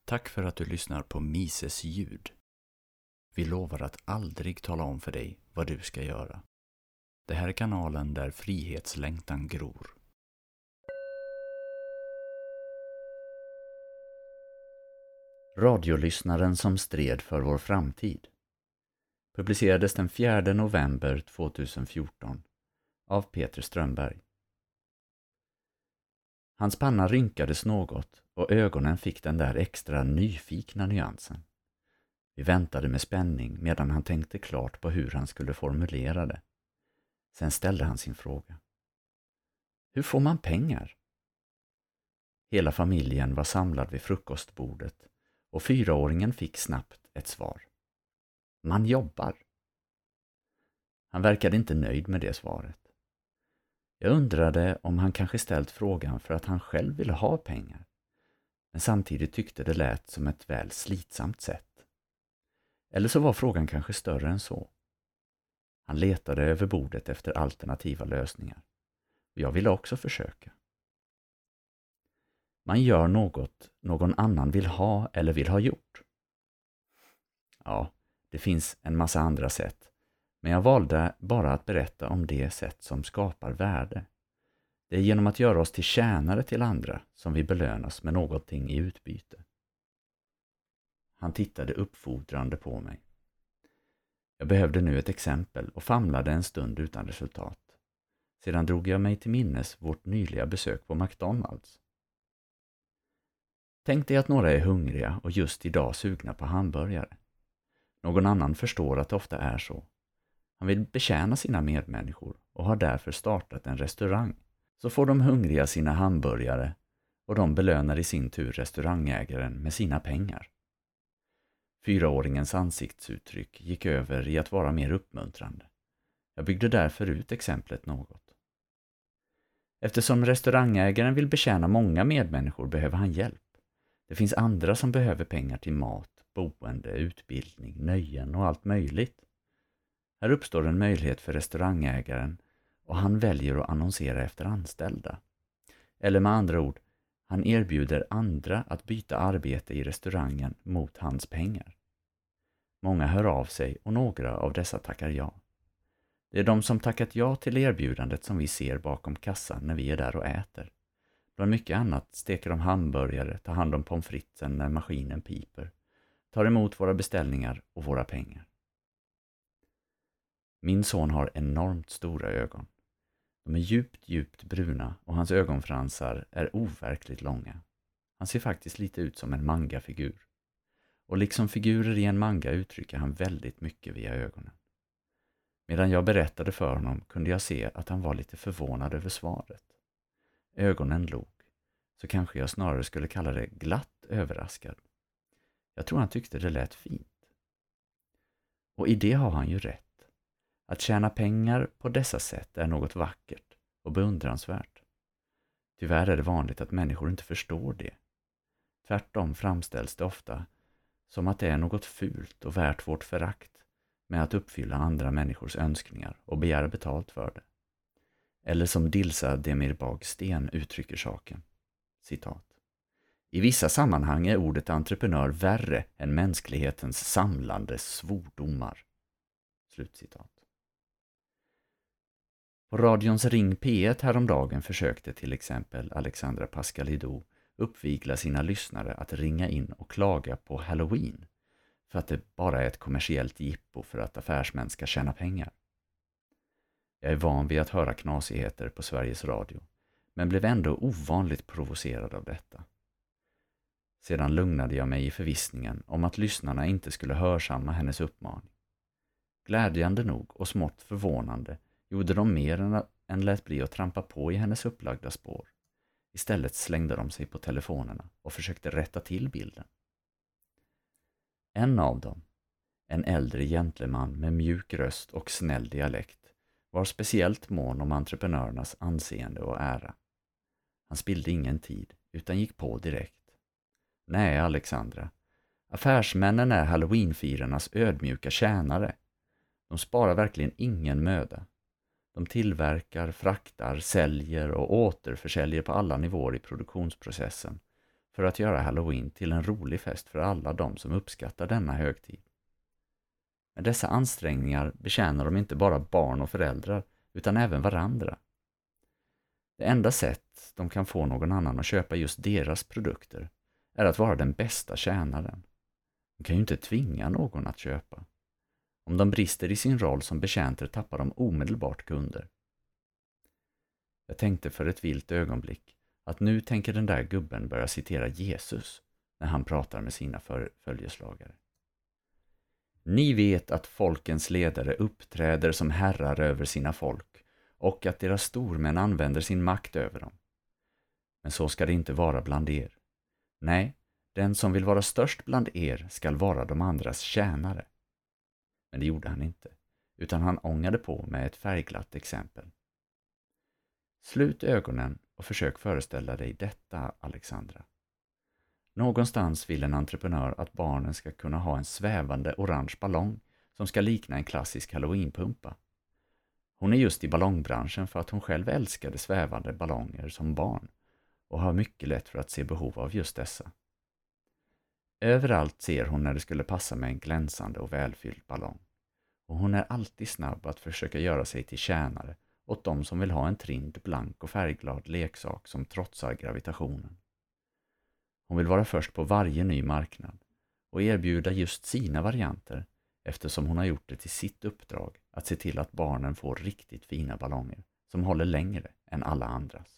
Tack för att du lyssnar på Mises ljud. Vi lovar att aldrig tala om för dig vad du ska göra. Det här är kanalen där frihetslängtan gror. Radiolyssnaren som stred för vår framtid publicerades den 4 november 2014 av Peter Strömberg. Hans panna rynkades något och ögonen fick den där extra nyfikna nyansen. Vi väntade med spänning medan han tänkte klart på hur han skulle formulera det. Sen ställde han sin fråga. Hur får man pengar? Hela familjen var samlad vid frukostbordet och 4-åringen fick snabbt ett svar. Man jobbar. Han verkade inte nöjd med det svaret. Jag undrade om han kanske ställt frågan för att han själv ville ha pengar, men samtidigt tyckte det lät som ett väl slitsamt sätt. Eller så var frågan kanske större än så. Han letade över bordet efter alternativa lösningar. Och jag ville också försöka. Man gör något någon annan vill ha eller vill ha gjort. Ja, det finns en massa andra sätt. Men jag valde bara att berätta om det sätt som skapar värde. Det är genom att göra oss till tjänare till andra som vi belönas med någonting i utbyte. Han tittade uppfordrande på mig. Jag behövde nu ett exempel och famlade en stund utan resultat. Sedan drog jag mig till minnes vårt nyliga besök på McDonalds. Tänk dig att några är hungriga och just idag sugna på hamburgare. Någon annan förstår att det ofta är så. Han vill betjäna sina medmänniskor och har därför startat en restaurang. Så får de hungriga sina hamburgare och de belönar i sin tur restaurangägaren med sina pengar. 4-åringens ansiktsuttryck gick över i att vara mer uppmuntrande. Jag byggde därför ut exemplet något. Eftersom restaurangägaren vill betjäna många medmänniskor behöver han hjälp. Det finns andra som behöver pengar till mat, boende, utbildning, nöjen och allt möjligt. Här uppstår en möjlighet för restaurangägaren och han väljer att annonsera efter anställda. Eller med andra ord, han erbjuder andra att byta arbete i restaurangen mot hans pengar. Många hör av sig och några av dessa tackar ja. Det är de som tackat ja till erbjudandet som vi ser bakom kassan när vi är där och äter. Bland mycket annat steker de hamburgare, tar hand om pommes fritesen när maskinen piper, tar emot våra beställningar och våra pengar. Min son har enormt stora ögon. De är djupt bruna och hans ögonfransar är overkligt långa. Han ser faktiskt lite ut som en manga-figur. Och liksom figurer i en manga uttrycker han väldigt mycket via ögonen. Medan jag berättade för honom kunde jag se att han var lite förvånad över svaret. Ögonen log, så kanske jag snarare skulle kalla det glatt överraskad. Jag tror han tyckte det lät fint. Och i det har han ju rätt. Att tjäna pengar på dessa sätt är något vackert och beundransvärt. Tyvärr är det vanligt att människor inte förstår det. Tvärtom framställs det ofta som att det är något fult och värt vårt förakt med att uppfylla andra människors önskningar och begära betalt för det. Eller som Dilsa Demirbag Sten uttrycker saken. Citat. I vissa sammanhang är ordet entreprenör värre än mänsklighetens samlande svordomar. Slutcitat. På radions Ring P1 häromdagen försökte till exempel Alexandra Pascalidou uppvigla sina lyssnare att ringa in och klaga på Halloween för att det bara är ett kommersiellt jippo för att affärsmän ska tjäna pengar. Jag är van vid att höra knasigheter på Sveriges Radio, men blev ändå ovanligt provocerad av detta. Sedan lugnade jag mig i förvissningen om att lyssnarna inte skulle hörsamma hennes uppmaning. Glädjande nog och smått förvånande gjorde de mer än lät bli att trampa på i hennes upplagda spår. Istället slängde de sig på telefonerna och försökte rätta till bilden. En av dem, en äldre gentleman med mjuk röst och snäll dialekt, var speciellt mån om entreprenörernas anseende och ära. Han spillde ingen tid utan gick på direkt. Nej, Alexandra. Affärsmännen är halloweenfirarnas ödmjuka tjänare. De sparar verkligen ingen möda. De tillverkar, fraktar, säljer och återförsäljer på alla nivåer i produktionsprocessen för att göra Halloween till en rolig fest för alla de som uppskattar denna högtid. Med dessa ansträngningar betjänar de inte bara barn och föräldrar utan även varandra. Det enda sätt de kan få någon annan att köpa just deras produkter är att vara den bästa tjänaren. De kan ju inte tvinga någon att köpa. Om de brister i sin roll som betjänter tappar de omedelbart kunder. Jag tänkte för ett vilt ögonblick att nu tänker den där gubben börja citera Jesus när han pratar med sina följeslagare. Ni vet att folkens ledare uppträder som herrar över sina folk och att deras stormän använder sin makt över dem. Men så ska det inte vara bland er. Nej, den som vill vara störst bland er skall vara de andras tjänare. Men det gjorde han inte, utan han ångade på med ett färgglatt exempel. Slut ögonen och försök föreställa dig detta, Alexandra. Någonstans vill en entreprenör att barnen ska kunna ha en svävande orange ballong som ska likna en klassisk halloweenpumpa. Hon är just i ballongbranschen för att hon själv älskade svävande ballonger som barn och har mycket lätt för att se behov av just dessa. Överallt ser hon när det skulle passa med en glänsande och välfylld ballong. Och hon är alltid snabb att försöka göra sig till tjänare åt de som vill ha en trind, blank och färgglad leksak som trotsar gravitationen. Hon vill vara först på varje ny marknad och erbjuda just sina varianter eftersom hon har gjort det till sitt uppdrag att se till att barnen får riktigt fina ballonger som håller längre än alla andras.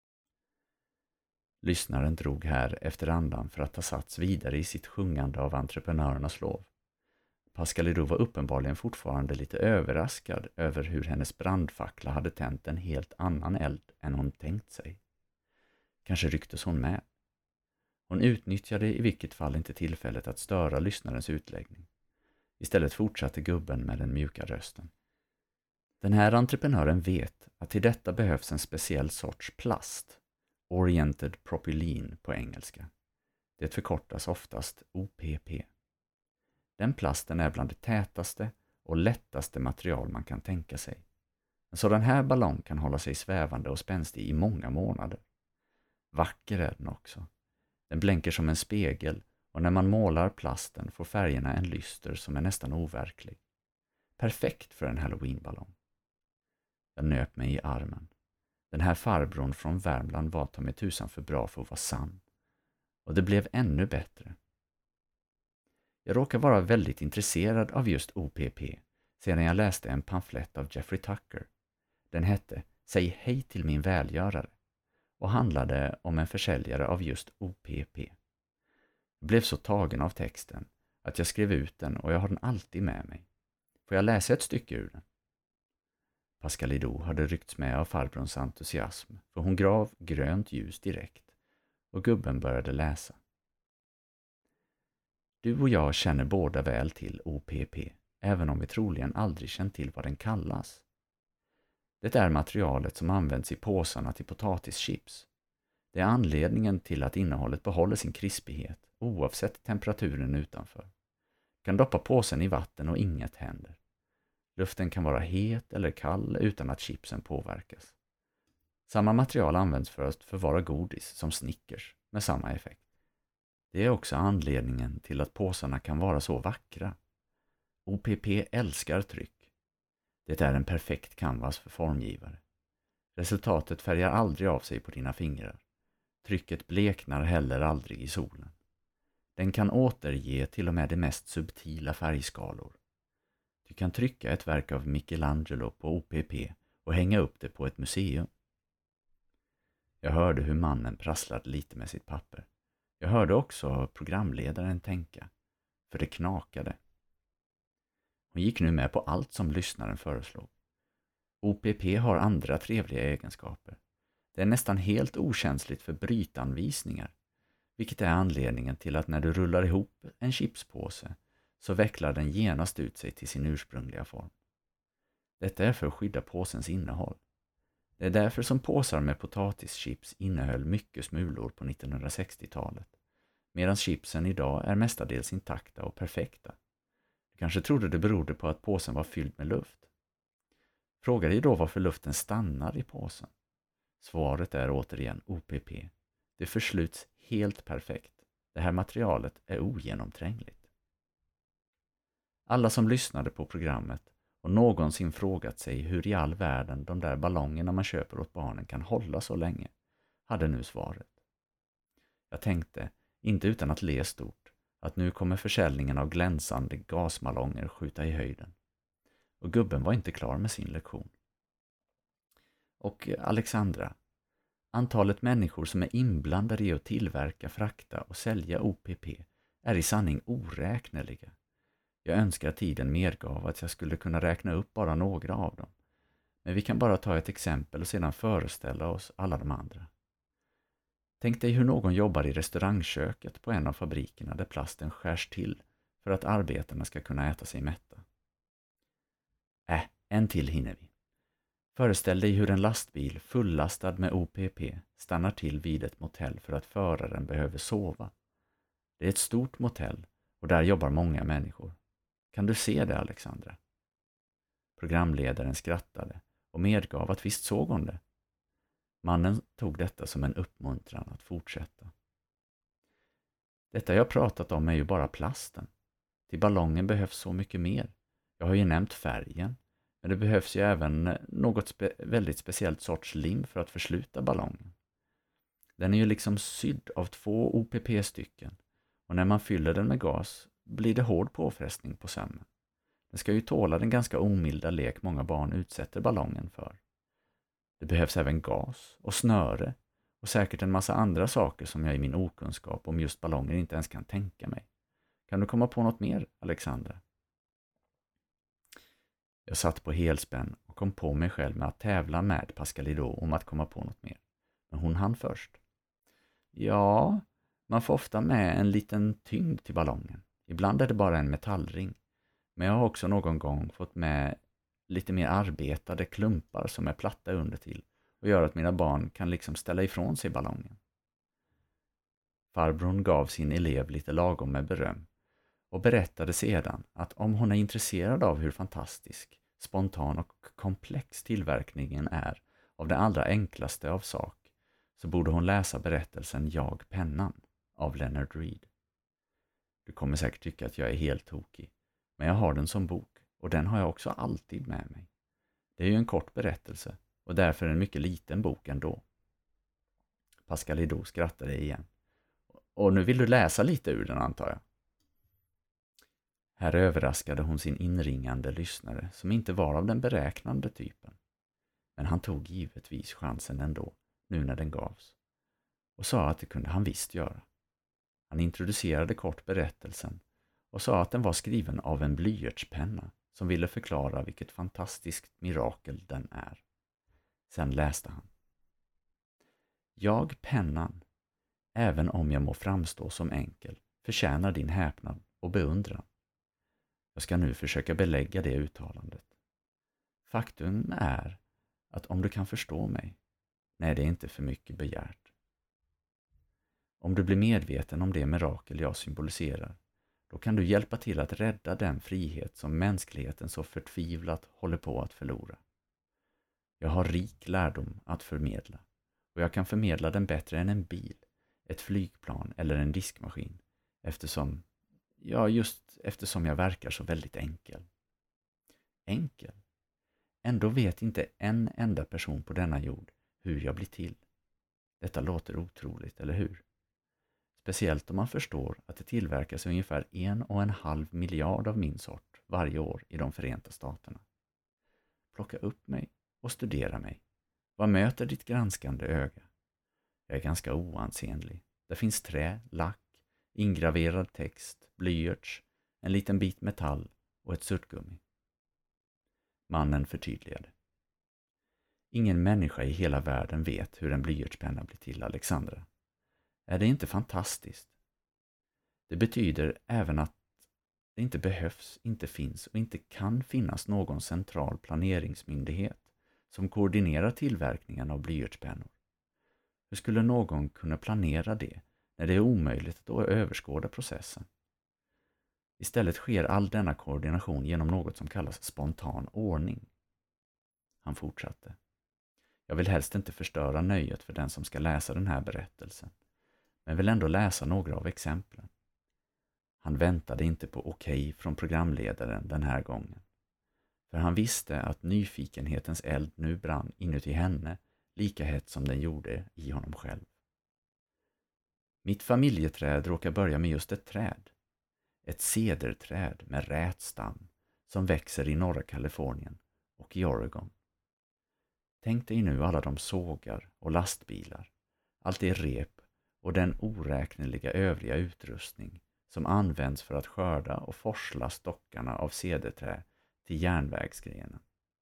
Lyssnaren drog här efter andan för att ta sats vidare i sitt sjungande av entreprenörernas lov. Pascalidou var uppenbarligen fortfarande lite överraskad över hur hennes brandfackla hade tänt en helt annan eld än hon tänkt sig. Kanske rycktes hon med. Hon utnyttjade i vilket fall inte tillfället att störa lyssnarens utläggning. Istället fortsatte gubben med den mjuka rösten. Den här entreprenören vet att till detta behövs en speciell sorts plast, Oriented Propylene på engelska. Det förkortas oftast OPP. Den plasten är bland det tätaste och lättaste material man kan tänka sig. En sådan här ballong kan hålla sig svävande och spänstig i många månader. Vacker är den också. Den blänker som en spegel och när man målar plasten får färgerna en lyster som är nästan overklig. Perfekt för en halloweenballong. Jag nöp mig i armen. Den här farbrorn från Värmland var ta med tusan för bra för att vara sann. Och det blev ännu bättre. Jag råkar vara väldigt intresserad av just OPP sedan jag läste en pamflett av Jeffrey Tucker. Den hette Säg hej till min välgörare och handlade om en försäljare av just OPP. Jag blev så tagen av texten att jag skrev ut den och jag har den alltid med mig. Får jag läsa ett stycke ur den? Pascalidou hade ryckts med av farbrons entusiasm för hon gav grönt ljus direkt och gubben började läsa. Du och jag känner båda väl till OPP, även om vi troligen aldrig känt till vad den kallas. Det är materialet som används i påsarna till potatischips. Det är anledningen till att innehållet behåller sin krispighet oavsett temperaturen utanför. Du kan doppa påsen i vatten och inget händer. Luften kan vara het eller kall utan att chipsen påverkas. Samma material används för att förvara godis som Snickers med samma effekt. Det är också anledningen till att påsarna kan vara så vackra. OPP älskar tryck. Det är en perfekt canvas för formgivare. Resultatet färgar aldrig av sig på dina fingrar. Trycket bleknar heller aldrig i solen. Den kan återge till och med de mest subtila färgskalor. Du kan trycka ett verk av Michelangelo på OPP och hänga upp det på ett museum. Jag hörde hur mannen prasslade lite med sitt papper. Jag hörde också programledaren tänka, för det knakade. Hon gick nu med på allt som lyssnaren föreslog. OPP har andra trevliga egenskaper. Det är nästan helt okänsligt för brytanvisningar, vilket är anledningen till att när du rullar ihop en chipspåse så vecklar den genast ut sig till sin ursprungliga form. Detta är för att skydda påsens innehåll. Det är därför som påsar med potatischips innehöll mycket smulor på 1960-talet, medan chipsen idag är mestadels intakta och perfekta. Du kanske trodde det berodde på att påsen var fylld med luft. Fråga dig då varför luften stannar i påsen. Svaret är återigen OPP. Det försluts helt perfekt. Det här materialet är ogenomträngligt. Alla som lyssnade på programmet och någonsin frågat sig hur i all världen de där ballongerna man köper åt barnen kan hålla så länge, hade nu svaret. Jag tänkte, inte utan att le stort, att nu kommer försäljningen av glänsande gasballonger skjuta i höjden. Och gubben var inte klar med sin lektion. Och Alexandra, antalet människor som är inblandade i att tillverka, frakta och sälja OPP är i sanning oräkneliga. Jag önskar tiden medgav att jag skulle kunna räkna upp bara några av dem. Men vi kan bara ta ett exempel och sedan föreställa oss alla de andra. Tänk dig hur någon jobbar i restaurangköket på en av fabrikerna där plasten skärs till för att arbetarna ska kunna äta sig mätta. En till hinner vi. Föreställ dig hur en lastbil fullastad med OPP stannar till vid ett motell för att föraren behöver sova. Det är ett stort motell och där jobbar många människor. Kan du se det, Alexandra? Programledaren skrattade och medgav att visst såg hon det. Mannen tog detta som en uppmuntran att fortsätta. Detta jag pratat om är ju bara plasten. Till ballongen behövs så mycket mer. Jag har ju nämnt färgen, men det behövs ju även något väldigt speciellt sorts lim för att försluta ballongen. Den är ju liksom sydd av 2 OPP-stycken och när man fyller den med gas blir det hård påfrestning på sömmen. Den ska ju tåla den ganska omilda lek många barn utsätter ballongen för. Det behövs även gas och snöre och säkert en massa andra saker som jag i min okunskap om just ballonger inte ens kan tänka mig. Kan du komma på något mer, Alexandra? Jag satt på helspänn och kom på mig själv med att tävla med Pascalidou om att komma på något mer. Men hon hann först. Ja, man får ofta med en liten tyngd till ballongen. Ibland är det bara en metallring. Men jag har också någon gång fått med lite mer arbetade klumpar som är platta under till och gör att mina barn kan liksom ställa ifrån sig ballongen. Farbrorn gav sin elev lite lagom med beröm och berättade sedan att om hon är intresserad av hur fantastisk, spontan och komplex tillverkningen är av det allra enklaste av sak så borde hon läsa berättelsen Jag pennan av Leonard Reed. Du kommer säkert tycka att jag är helt tokig, men jag har den som bok och den har jag också alltid med mig. Det är ju en kort berättelse och därför en mycket liten bok ändå. Pascalidou skrattade igen. Och nu vill du läsa lite ur den, antar jag. Här överraskade hon sin inringande lyssnare som inte var av den beräknande typen. Men han tog givetvis chansen ändå, nu när den gavs. Och sa att det kunde han visst göra. Han introducerade kort berättelsen och sa att den var skriven av en blyertspenna som ville förklara vilket fantastiskt mirakel den är. Sen läste han. Jag pennan, även om jag må framstå som enkel, förtjänar din häpnad och beundran. Jag ska nu försöka belägga det uttalandet. Faktum är att om du kan förstå mig, nej, det är inte för mycket begärt. Om du blir medveten om det mirakel jag symboliserar, då kan du hjälpa till att rädda den frihet som mänskligheten så förtvivlat håller på att förlora. Jag har rik lärdom att förmedla och jag kan förmedla den bättre än en bil, ett flygplan eller en diskmaskin eftersom jag verkar så väldigt enkel. Enkel? Ändå vet inte en enda person på denna jord hur jag blir till. Detta låter otroligt, eller hur? Speciellt om man förstår att det tillverkas ungefär 1,5 miljard av min sort varje år i de Förenta Staterna. Plocka upp mig och studera mig. Vad möter ditt granskande öga? Jag är ganska oansenlig. Det finns trä, lack, ingraverad text, blyerts, en liten bit metall och ett surtgummi. Mannen förtydligade. Ingen människa i hela världen vet hur en blyertspenna blir till, Alexandra. Är det inte fantastiskt? Det betyder även att det inte behövs, inte finns och inte kan finnas någon central planeringsmyndighet som koordinerar tillverkningen av blyertspennor. Hur skulle någon kunna planera det när det är omöjligt att överskåda processen? Istället sker all denna koordination genom något som kallas spontan ordning. Han fortsatte. Jag vill helst inte förstöra nöjet för den som ska läsa den här berättelsen. men vill ändå läsa några av exemplen. Han väntade inte på okej från programledaren den här gången. För han visste att nyfikenhetens eld nu brann inuti henne lika hett som den gjorde i honom själv. Mitt familjeträd råkar börja med just ett träd. Ett cederträd med rät stam som växer i norra Kalifornien och i Oregon. Tänk dig nu alla de sågar och lastbilar, allt det rep och den oräkneliga övriga utrustning som används för att skörda och forsla stockarna av cederträ till järnvägsgrenen.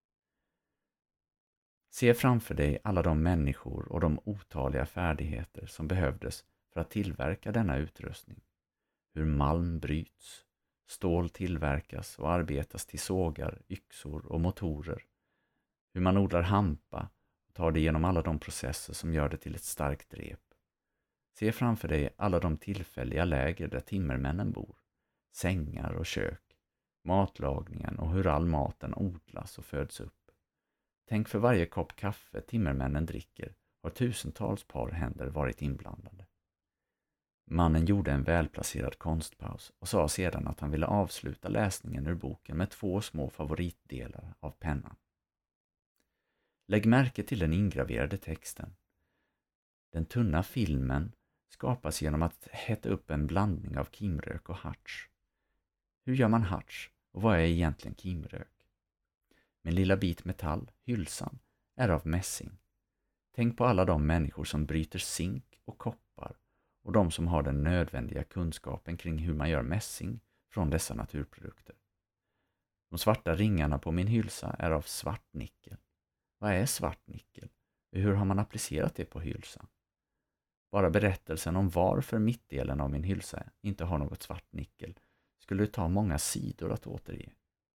Se framför dig alla de människor och de otaliga färdigheter som behövdes för att tillverka denna utrustning. Hur malm bryts, stål tillverkas och arbetas till sågar, yxor och motorer. Hur man odlar hampa och tar det genom alla de processer som gör det till ett starkt rep. Se framför dig alla de tillfälliga läger där timmermännen bor, sängar och kök, matlagningen och hur all maten odlas och föds upp. Tänk, för varje kopp kaffe timmermännen dricker har tusentals par händer varit inblandade. Mannen gjorde en välplacerad konstpaus och sa sedan att han ville avsluta läsningen ur boken med 2 små favoritdelar av pennan. Lägg märke till den ingraverade texten. Den tunna filmen skapas genom att hetta upp en blandning av kimrök och harts. Hur gör man harts och vad är egentligen kimrök? Min lilla bit metall, hylsan, är av mässing. Tänk på alla de människor som bryter zink och koppar och de som har den nödvändiga kunskapen kring hur man gör mässing från dessa naturprodukter. De svarta ringarna på min hylsa är av svart nickel. Vad är svart nickel? Och hur har man applicerat det på hylsan? Bara berättelsen om varför mittdelen av min hylsa inte har något svart nickel skulle ta många sidor att återge.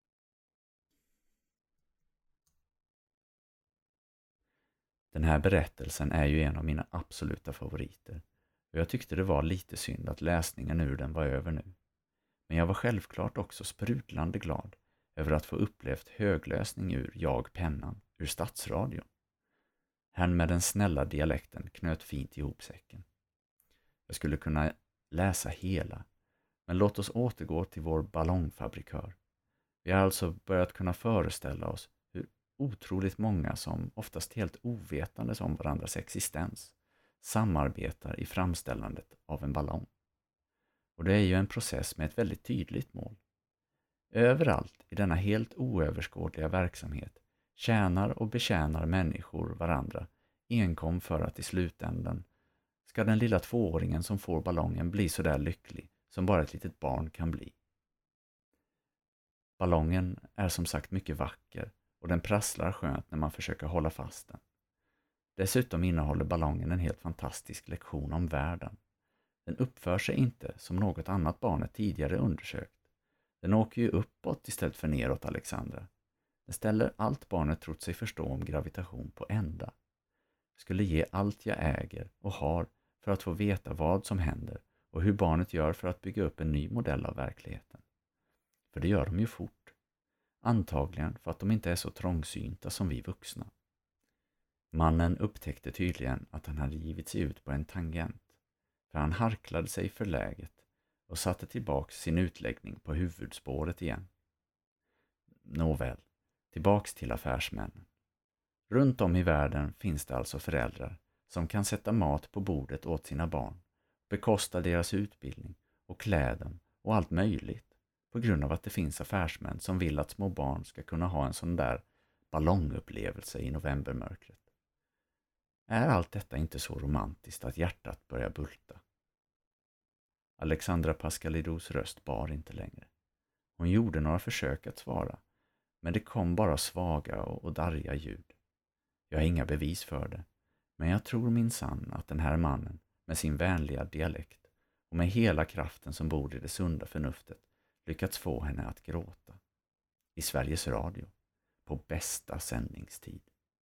Den här berättelsen är ju en av mina absoluta favoriter och jag tyckte det var lite synd att läsningen ur den var över nu. Men jag var självklart också sprudlande glad över att få upplevt högläsning ur Jag pennan ur Stadsradion. Herrn med den snälla dialekten knöt fint ihop säcken. Jag skulle kunna läsa hela, men låt oss återgå till vår ballongfabrikör. Vi har alltså börjat kunna föreställa oss hur otroligt många som, oftast helt ovetandes om varandras existens, samarbetar i framställandet av en ballong. Och det är ju en process med ett väldigt tydligt mål. Överallt i denna helt oöverskådliga verksamhet tjänar och betjänar människor varandra enkom för att i slutändan ska den lilla 2-åringen som får ballongen bli så där lycklig som bara ett litet barn kan bli. Ballongen är som sagt mycket vacker och den prasslar skönt när man försöker hålla fast den. Dessutom innehåller ballongen en helt fantastisk lektion om världen. Den uppför sig inte som något annat barnet tidigare undersökt. Den åker ju uppåt istället för neråt, Alexandra. Den ställer allt barnet trott sig förstå om gravitation på ända. Jag skulle ge allt jag äger och har för att få veta vad som händer och hur barnet gör för att bygga upp en ny modell av verkligheten. För det gör de ju fort. Antagligen för att de inte är så trångsynta som vi vuxna. Mannen upptäckte tydligen att han hade givit sig ut på en tangent, för han harklade sig för läget och satte tillbaks sin utläggning på huvudspåret igen. Nåväl, tillbaks till affärsmännen. Runt om i världen finns det alltså föräldrar som kan sätta mat på bordet åt sina barn, bekosta deras utbildning och klä dem och allt möjligt på grund av att det finns affärsmän som vill att små barn ska kunna ha en sån där ballongupplevelse i novembermörkret. Är allt detta inte så romantiskt att hjärtat börjar bulta? Alexandra Pascalidous röst bar inte längre. Hon gjorde några försök att svara, men det kom bara svaga och darriga ljud. Jag har inga bevis för det, men jag tror minsann att den här mannen med sin vänliga dialekt och med hela kraften som bor i det sunda förnuftet lyckats få henne att gråta. I Sveriges Radio, på bästa sändningstid.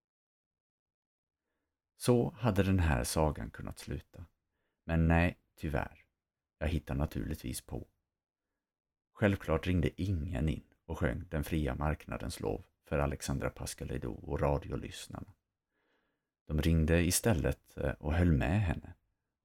Så hade den här sagan kunnat sluta. Men nej, tyvärr. Jag hittar naturligtvis på. Självklart ringde ingen in och sjöng Den fria marknadens lov för Alexandra Pascalidou och radiolyssnarna. De ringde istället och höll med henne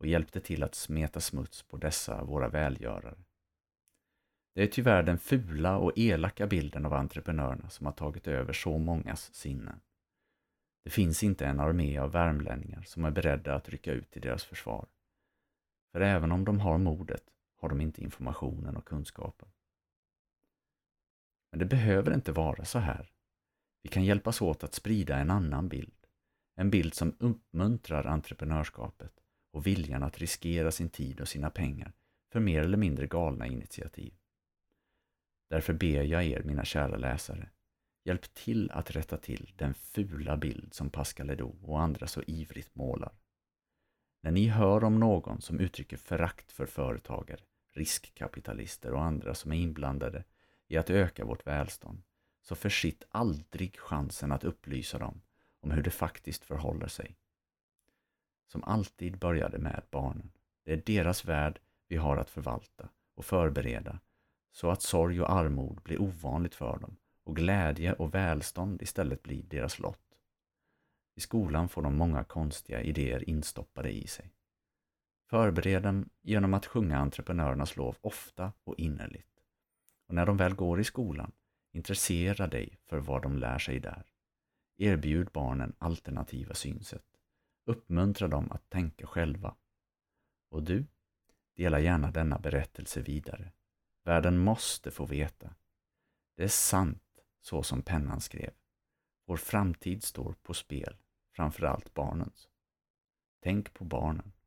och hjälpte till att smeta smuts på dessa våra välgörare. Det är tyvärr den fula och elaka bilden av entreprenörerna som har tagit över så mångas sinnen. Det finns inte en armé av värmlänningar som är beredda att rycka ut till deras försvar. För även om de har modet har de inte informationen och kunskapen. Men det behöver inte vara så här. Vi kan hjälpas åt att sprida en annan bild. En bild som uppmuntrar entreprenörskapet och viljan att riskera sin tid och sina pengar för mer eller mindre galna initiativ. Därför ber jag er, mina kära läsare, hjälp till att rätta till den fula bild som Pascal Ledoux och andra så ivrigt målar. När ni hör om någon som uttrycker förakt för företagare, riskkapitalister och andra som är inblandade i att öka vårt välstånd, så försitt aldrig chansen att upplysa dem om hur det faktiskt förhåller sig. Som alltid började med barnen. Det är deras värld vi har att förvalta och förbereda så att sorg och armod blir ovanligt för dem och glädje och välstånd istället blir deras lott. I skolan får de många konstiga idéer instoppade i sig. Förbered dem genom att sjunga entreprenörernas lov ofta och innerligt. Och när de väl går i skolan, intressera dig för vad de lär sig där. Erbjud barnen alternativa synsätt. Uppmuntra dem att tänka själva. Och du, dela gärna denna berättelse vidare. Världen måste få veta. Det är sant så som pennan skrev. Vår framtid står på spel, framförallt barnens. Tänk på barnen.